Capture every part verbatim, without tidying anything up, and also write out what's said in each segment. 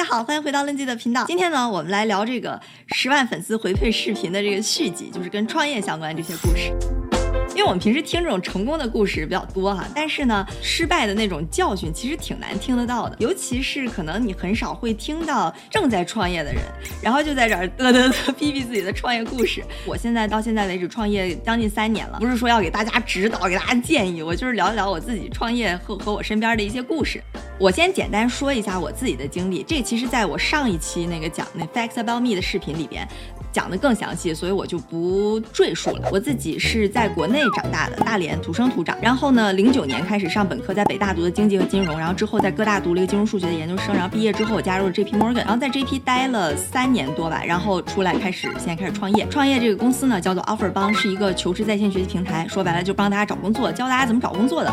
好，欢迎回到论记的频道。今天呢，我们来聊这个十万粉丝回馈视频的这个续集，就是跟创业相关这些故事。因为我们平时听这种成功的故事比较多哈，但是呢，失败的那种教训其实挺难听得到的，尤其是可能你很少会听到正在创业的人，然后就在这儿嘚嘚嘚批批自己的创业故事。我现在到现在为止创业将近三年了，不是说要给大家指导、给大家建议，我就是聊一聊我自己创业和和我身边的一些故事。我先简单说一下我自己的经历，这其实在我上一期那个讲那 Facts About Me 的视频里边讲得更详细，所以我就不赘述了。我自己是在国内长大的，大连土生土长，然后呢零九年开始上本科，在北大读的经济和金融，然后之后在哥大读了一个金融数学的研究生，然后毕业之后我加入了 J P Morgan， 然后在 J P 待了三年多吧，然后出来开始现在开始创业。创业这个公司呢叫做 Offer 帮，是一个求职在线学习平台，说白了就帮大家找工作，教大家怎么找工作的。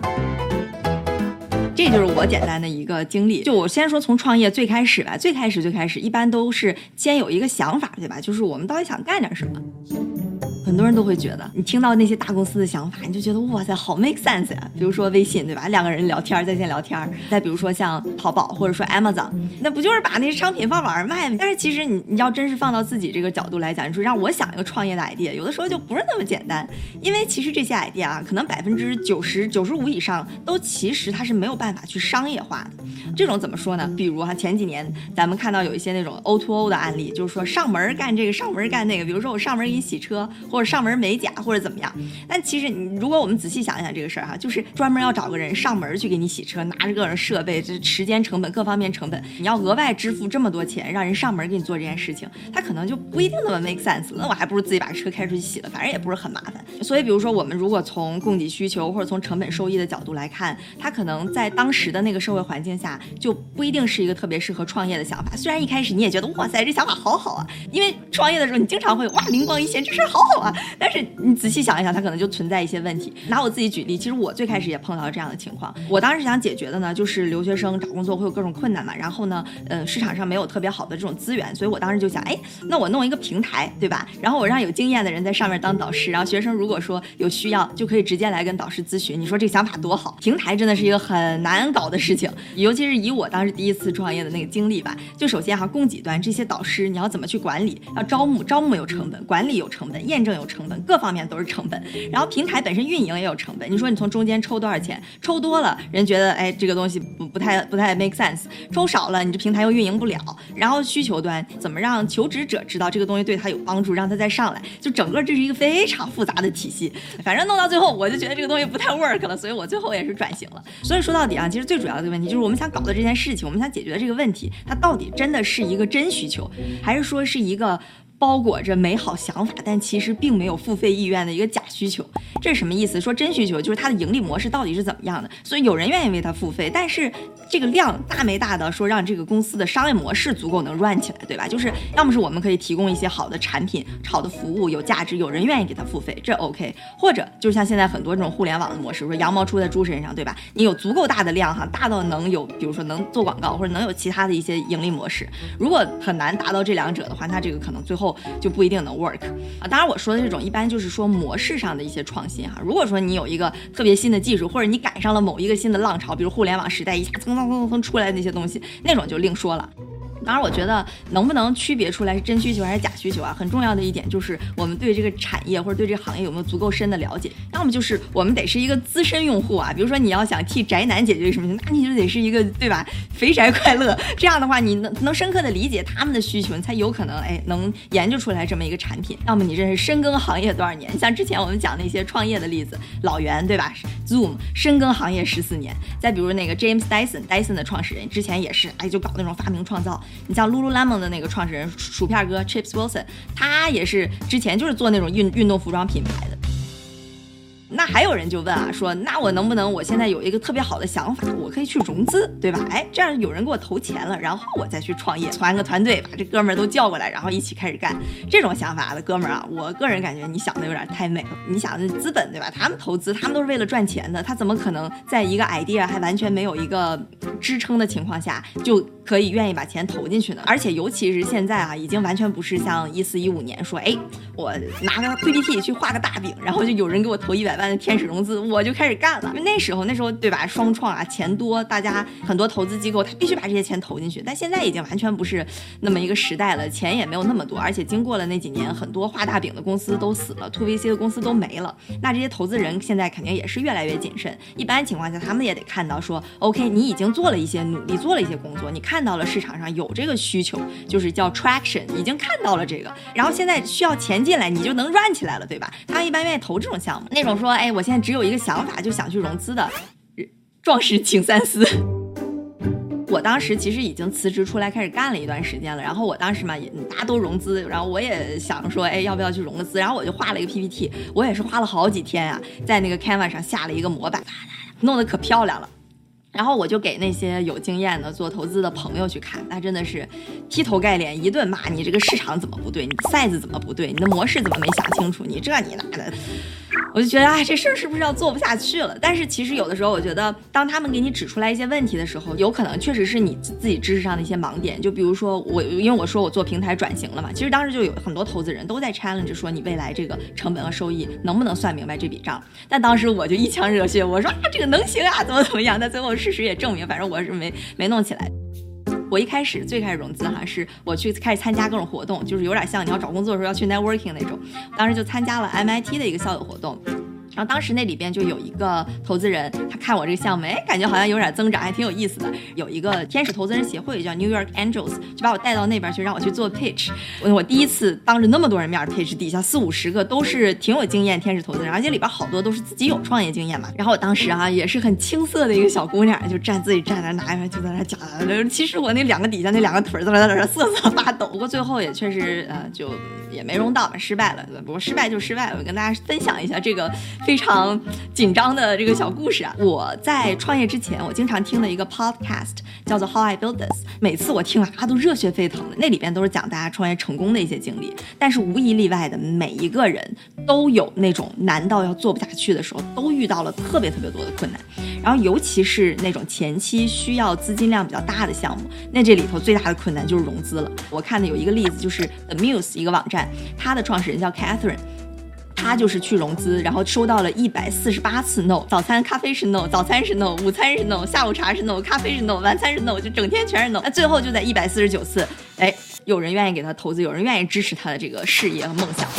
这就是我简单的一个经历。就我先说从创业最开始吧，最开始最开始一般都是先有一个想法，对吧？就是我们到底想干点什么。很多人都会觉得，你听到那些大公司的想法，你就觉得哇塞，好 make sense 呀。比如说微信，对吧？两个人聊天，在线聊天。再比如说像淘宝或者说 Amazon， 那不就是把那些商品放网上卖吗？但是其实你你要真是放到自己这个角度来讲，你说让我想一个创业的 idea， 有的时候就不是那么简单。因为其实这些 idea 啊，可能百分之九十九十五以上都其实它是没有办法去商业化的。这种怎么说呢？比如哈，前几年咱们看到有一些那种 O to O 的案例，就是说上门干这个，上门干那个。比如说我上门给你洗车，或者上门美甲，或者怎么样。但其实你如果我们仔细想一想这个事儿哈，就是专门要找个人上门去给你洗车，拿着各种设备，这时间成本各方面成本，你要额外支付这么多钱，让人上门给你做这件事情，他可能就不一定那么 make sense。那我还不如自己把车开出去洗了，反正也不是很麻烦。所以比如说我们如果从供给需求或者从成本收益的角度来看，它可能在当时的那个社会环境下就不一定是一个特别适合创业的想法。虽然一开始你也觉得哇塞这想法好好啊，因为创业的时候你经常会哇灵光一现，这事儿好好啊，但是你仔细想一想，它可能就存在一些问题。拿我自己举例，其实我最开始也碰到这样的情况。我当时想解决的呢，就是留学生找工作会有各种困难嘛，然后呢，呃，市场上没有特别好的这种资源，所以我当时就想，哎，那我弄一个平台，对吧？然后我让有经验的人在上面当导师，然后学生如果说有需要，就可以直接来跟导师咨询。你说这个想法多好？平台真的是一个很难搞的事情，尤其是以我当时第一次创业的那个经历吧。就首先哈，供给端这些导师你要怎么去管理？要招募，招募有成本，管理有成本，验证有成本，各方面都是成本。然后平台本身运营也有成本，你说你从中间抽多少钱？抽多了，人觉得哎这个东西不不太不太 make sense； 抽少了，你这平台又运营不了。然后需求端怎么让求职者知道这个东西对他有帮助，让他再上来？就整个这是一个非常复杂的体系。反正弄到最后，我就觉得这个东西不太 work 了，所以我最后也是转型了。所以说到底啊，其实最主要的问题就是我们想搞的这件事情，我们想解决的这个问题，它到底真的是一个真需求，还是说是一个包裹着美好想法但其实并没有付费意愿的一个假需求？这是什么意思？说真需求就是它的盈利模式到底是怎么样的？所以有人愿意为它付费，但是这个量大没大的说让这个公司的商业模式足够能 run 起来，对吧？就是要么是我们可以提供一些好的产品、好的服务，有价值，有人愿意给它付费，这 OK。或者就像现在很多这种互联网的模式，说羊毛出在猪身上，对吧？你有足够大的量哈，大到能有，比如说能做广告，或者能有其他的一些盈利模式。如果很难达到这两者的话，那这个可能最后就不一定能 work 啊。当然我说的这种一般就是说模式上的一些创新哈。如果说你有一个特别新的技术，或者你赶上了某一个新的浪潮，比如互联网时代一下蹭蹭蹭蹭出来的那些东西，那种就另说了。当然我觉得能不能区别出来是真需求还是假需求啊，很重要的一点就是我们对这个产业或者对这个行业有没有足够深的了解。要么就是我们得是一个资深用户啊，比如说你要想替宅男解决什么，那你就得是一个对吧肥宅快乐，这样的话你能能深刻的理解他们的需求，你才有可能哎能研究出来这么一个产品。要么你这是深耕行业多少年，像之前我们讲的一些创业的例子，老袁对吧 Zoom 深耕行业十四年。再比如那个 James Dyson Dyson 的创始人之前也是哎就搞那种发明创造。你像 Lululemon 的那个创始人薯片哥 Chips Wilson， 他也是之前就是做那种运运动服装品牌的。那还有人就问啊，说那我能不能我现在有一个特别好的想法，我可以去融资，对吧？哎，这样有人给我投钱了，然后我再去创业，团个团队把这哥们儿都叫过来，然后一起开始干。这种想法的哥们儿啊，我个人感觉你想的有点太美了。你想的资本对吧？他们投资，他们都是为了赚钱的，他怎么可能在一个 idea 还完全没有一个支撑的情况下就可以愿意把钱投进去呢？而且尤其是现在啊，已经完全不是像一四一五年说，哎，我拿个 P P T 去画个大饼，然后就有人给我投一百万的天使融资，我就开始干了。因为那时候那时候对吧，双创啊，钱多，大家很多投资机构他必须把这些钱投进去。但现在已经完全不是那么一个时代了，钱也没有那么多，而且经过了那几年，很多画大饼的公司都死了 ，to V C 的公司都没了。那这些投资人现在肯定也是越来越谨慎。一般情况下，他们也得看到说 ，OK， 你已经做了一些努力，做了一些工作，你看到了市场上有这个需求，就是叫 traction， 已经看到了这个，然后现在需要钱进来，你就能 run 起来了，对吧？他们一般愿意投这种项目。那种说，哎，我现在只有一个想法，就想去融资的，壮士请三思。我当时其实已经辞职出来开始干了一段时间了，然后我当时嘛也大家都融资，然后我也想说，哎，要不要去融个资？然后我就画了一个 P P T， 我也是花了好几天啊，在那个 Canva 上下了一个模板，弄得可漂亮了。然后我就给那些有经验的做投资的朋友去看，那真的是劈头盖脸一顿骂，你这个市场怎么不对，你 size 怎么不对，你的模式怎么没想清楚，你这你那的。我就觉得哎，这事儿是不是要做不下去了？但是其实有的时候我觉得当他们给你指出来一些问题的时候，有可能确实是你自己知识上的一些盲点。就比如说我因为我说我做平台转型了嘛，其实当时就有很多投资人都在 challenge 说你未来这个成本和收益能不能算明白这笔账。但当时我就一腔热血，我说啊这个能行啊，怎么怎么样。但最后事实也证明，反正我是没没弄起来。我一开始最开始融资哈，是我去开始参加各种活动，就是有点像你要找工作的时候要去 networking 那种。当时就参加了 M I T 的一个校友活动。然后当时那里边就有一个投资人，他看我这个项目，哎，感觉好像有点增长，还挺有意思的。有一个天使投资人协会叫 New York Angels， 就把我带到那边去，让我去做 pitch。我我第一次当着那么多人面 pitch， 底下四五十个都是挺有经验天使投资人，而且里边好多都是自己有创业经验嘛。然后我当时啊也是很青涩的一个小姑娘，就站自己站那拿一就在那讲，其实我那两个底下那两个腿在那在那瑟瑟发抖。不过最后也确实呃就也没融到嘛，失败了。不过失败就失败了，我跟大家分享一下这个非常紧张的这个小故事啊。我在创业之前，我经常听的一个 podcast 叫做 How I Built This， 每次我听了啊都热血沸腾的，那里边都是讲大家创业成功的一些经历，但是无一例外的每一个人都有那种难到要做不下去的时候，都遇到了特别特别多的困难。然后尤其是那种前期需要资金量比较大的项目，那这里头最大的困难就是融资了。我看的有一个例子，就是 The Muse 一个网站，它的创始人叫 Catherine，他就是去融资，然后收到了一百四十八次 no， 早餐咖啡是 no， 早餐是 no， 午餐是 no， 下午茶是 no， 咖啡是 no， 晚餐是 no， 就整天全是 no。那最后就在一百四十九次，哎，有人愿意给他投资，有人愿意支持他的这个事业和梦想。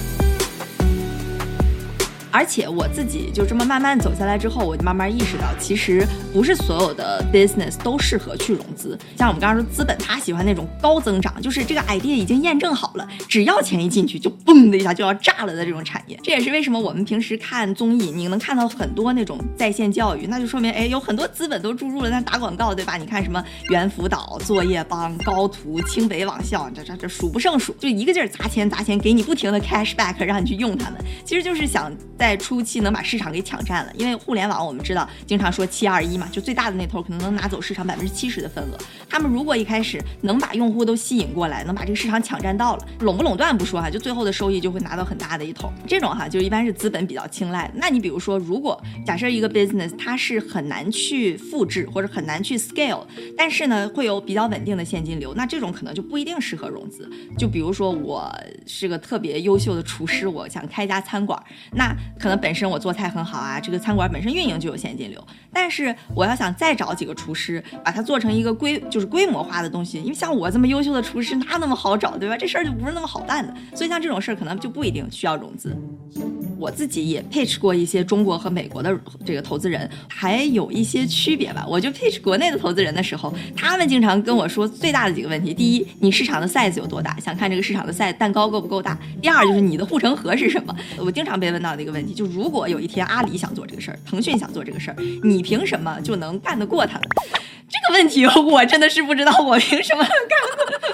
而且我自己就这么慢慢走下来之后，我就慢慢意识到，其实不是所有的 business 都适合去融资。像我们刚刚说资本，他喜欢那种高增长，就是这个 idea 已经验证好了，只要钱一进去就嘣的一下就要炸了的这种产业。这也是为什么我们平时看综艺，你能看到很多那种在线教育，那就说明哎，有很多资本都注入了，但打广告，对吧？你看什么猿辅导、作业帮、高途、清北网校，这这这数不胜数，就一个劲儿砸钱砸钱，给你不停的 cashback， 让你去用它们，其实就是想在初期能把市场给抢占了。因为互联网我们知道经常说七二一嘛，就最大的那头可能能拿走市场百分之七十的份额。他们如果一开始能把用户都吸引过来，能把这个市场抢占到了，垄不垄断不说哈，就最后的收益就会拿到很大的一头。这种哈就一般是资本比较青睐的。那你比如说，如果假设一个 business 它是很难去复制或者很难去 scale， 但是呢会有比较稳定的现金流，那这种可能就不一定适合融资。就比如说我是个特别优秀的厨师，我想开一家餐馆，那可能本身我做菜很好啊，这个餐馆本身运营就有现金流，但是我要想再找几个厨师把它做成一个规就是规模化的东西，因为像我这么优秀的厨师哪那么好找，对吧？这事儿就不是那么好办的，所以像这种事儿可能就不一定需要融资。我自己也 pitch 过一些中国和美国的这个投资人，还有一些区别吧。我就 pitch 国内的投资人的时候，他们经常跟我说最大的几个问题：第一，你市场的 size 有多大，想看这个市场的 size 蛋糕够不够大；第二，就是你的护城河是什么。我经常被问到的一个问题，就如果有一天阿里想做这个事儿，腾讯想做这个事儿，你凭什么就能干得过他们？这个问题我真的是不知道我凭什么能干得过。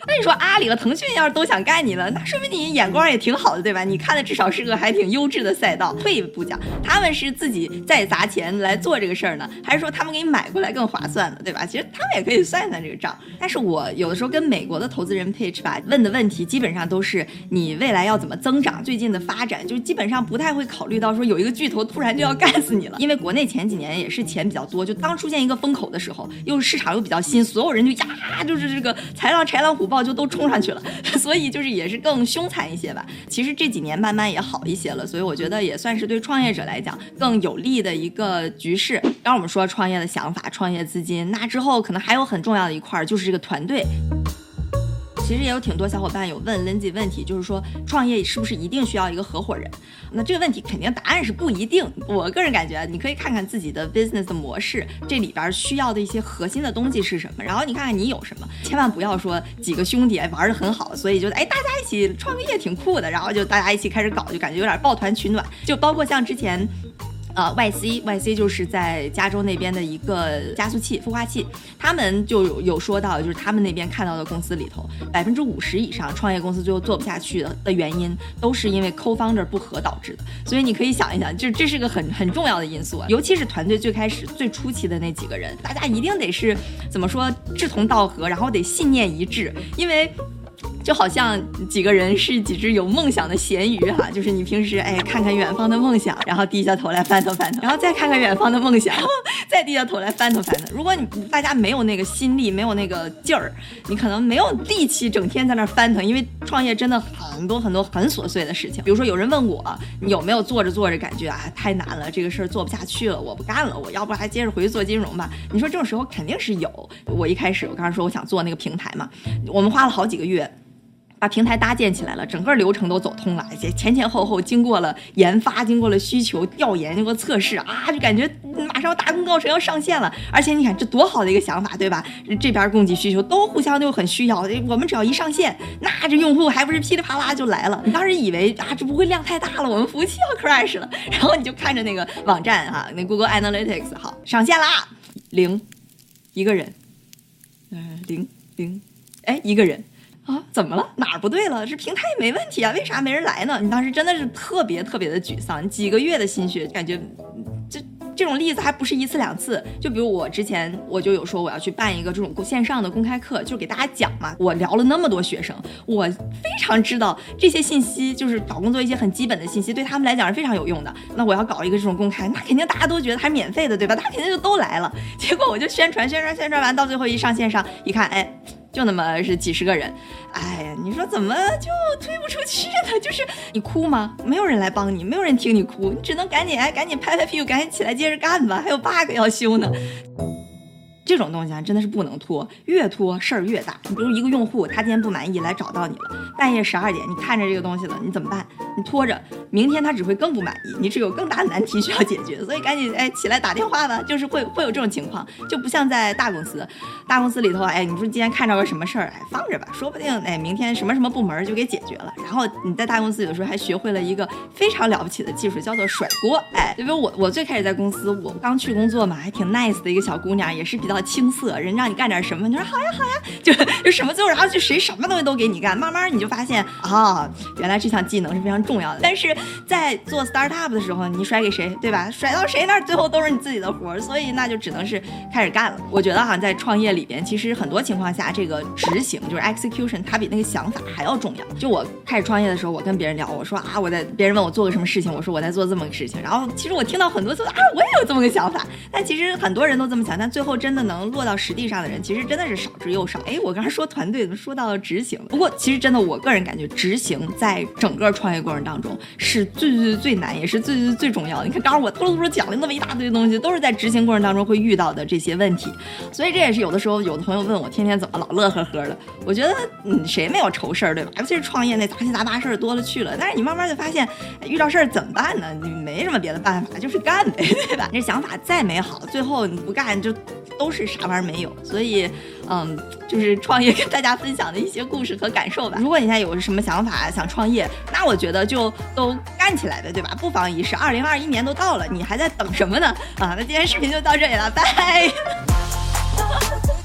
那你说阿里和腾讯要是都想干你了，那说明你眼光也挺好的，对吧？你看的至少是个还挺优质的赛道。退一步讲，他们是自己再砸钱来做这个事儿呢，还是说他们给你买过来更划算的，对吧？其实他们也可以算算这个账。但是我有的时候跟美国的投资人 pitch 吧，问的问题基本上都是你未来要怎么增长，最近的发展，就基本上不太会考虑到说有一个巨头突然就要干死你了。因为国内前几年也是钱比较多，就当出现一个风口的时候，又市场又比较新，所有人就呀，就是这个豺狼豺狼虎豹就都冲上去了，所以就是也是更凶残一些吧。其实这几年慢慢也好一些了，所以我觉得也算是对创业者来讲更有利的一个局势。刚我们说创业的想法、创业资金，那之后可能还有很重要的一块就是这个团队。其实也有挺多小伙伴有问 Lindsay 问题，就是说创业是不是一定需要一个合伙人？那这个问题肯定答案是不一定。我个人感觉你可以看看自己的 business 的模式，这里边需要的一些核心的东西是什么，然后你看看你有什么，千万不要说几个兄弟玩得很好，所以就哎大家一起创个业挺酷的，然后就大家一起开始搞，就感觉有点抱团取暖。就包括像之前呃 Y C Y C 就是在加州那边的一个加速器孵化器，他们就有有说到，就是他们那边看到的公司里头百分之五十以上创业公司最后做不下去的的原因都是因为 co-founder 不合导致的。所以你可以想一想，就这是个很很重要的因素啊，尤其是团队最开始最初期的那几个人，大家一定得是怎么说志同道合，然后得信念一致，因为就好像几个人是几只有梦想的咸鱼哈，就是你平时哎看看远方的梦想，然后低下头来翻腾翻腾，然后再看看远方的梦想，然后再低下头来翻腾翻腾。如果你大家没有那个心力，没有那个劲儿，你可能没有力气整天在那翻腾，因为创业真的很多很多很琐碎的事情。比如说有人问我，你有没有做着做着感觉啊太难了，这个事儿做不下去了，我不干了，我要不还接着回去做金融吧？你说这种时候肯定是有。我一开始我刚才说我想做那个平台嘛，我们花了好几个月把平台搭建起来了，整个流程都走通了，前前后后经过了研发，经过了需求调研，经过测试啊，就感觉马上要大功告成要上线了。而且你看这多好的一个想法，对吧？这边供给需求都互相都很需要，我们只要一上线，那这用户还不是噼里啪啦就来了。你当时以为啊，这不会量太大了，我们服务器要 crash 了，然后你就看着那个网站哈、啊，那 Google Analytics 好上线啦，零一个人，嗯，零零，哎，一个人。啊，怎么了？哪儿不对了？这平台也没问题啊，为啥没人来呢？你当时真的是特别特别的沮丧，几个月的心血，感觉这这种例子还不是一次两次。就比如我之前我就有说我要去办一个这种线上的公开课，就给大家讲嘛。我聊了那么多学生，我非常知道这些信息，就是找工作一些很基本的信息，对他们来讲是非常有用的。那我要搞一个这种公开，那肯定大家都觉得还是免费的，对吧？大家肯定就都来了。结果我就宣传宣传宣传完，到最后一上线上一看，哎。就那么是几十个人，哎呀，你说怎么就推不出去呢？就是你哭吗？没有人来帮你，没有人听你哭，你只能赶紧哎，赶紧拍拍屁股，赶紧起来接着干吧，还有 bug 要修呢。这种东西啊，真的是不能拖，越拖事儿越大。你比如一个用户，他今天不满意来找到你了，半夜十二点，你看着这个东西了，你怎么办？你拖着，明天他只会更不满意，你只有更大的难题需要解决，所以赶紧哎起来打电话吧。就是会会有这种情况，就不像在大公司，大公司里头，哎，你说今天看着个什么事儿，哎，放着吧，说不定哎明天什么什么部门就给解决了。然后你在大公司有的时候还学会了一个非常了不起的技术，叫做甩锅。哎，就比如我我最开始在公司，我刚去工作嘛，还挺 nice 的一个小姑娘，也是比较青涩，人让你干点什么，你说好呀好呀，就就什么最后然后就谁什么东西都给你干，慢慢你就发现啊，原来这项技能是非常重要的。但是在做 startup 的时候，你甩给谁，对吧？甩到谁那儿，最后都是你自己的活，所以那就只能是开始干了。我觉得好像在创业里边，其实很多情况下，这个执行就是 execution， 它比那个想法还要重要。就我开始创业的时候，我跟别人聊，我说啊，我在别人问我做个什么事情，我说我在做这么个事情，然后其实我听到很多次啊，我也有这么个想法，但其实很多人都这么想，但最后真的能落到实地上的人，其实真的是少之又少。哎，我刚才说团队，怎么说到执行？不过其实真的，我个人感觉执行在整个创业过程当中是最最最难，也是最最最重要的。你看，刚刚我突噜突噜讲了那么一大堆东西，都是在执行过程当中会遇到的这些问题。所以这也是有的时候，有的朋友问我，天天怎么老乐呵呵的？我觉得，嗯，谁没有愁事儿，对吧？尤其是创业那杂七杂八事儿多了去了。但是你慢慢就发现，遇到事儿怎么办呢？你没什么别的办法，就是干呗，对吧？你这想法再美好，最后你不干就都是啥玩意儿没有。所以，嗯，就是创业跟大家分享的一些故事和感受吧。如果你现在有什么想法想创业，那我觉得就都干起来呗，对吧？不妨一试。二零二一年都到了，你还在等什么呢？啊，那今天视频就到这里了，拜。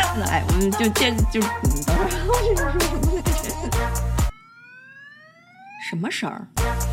哎，我们就这就你等会儿，我是说什么来着？什么声儿？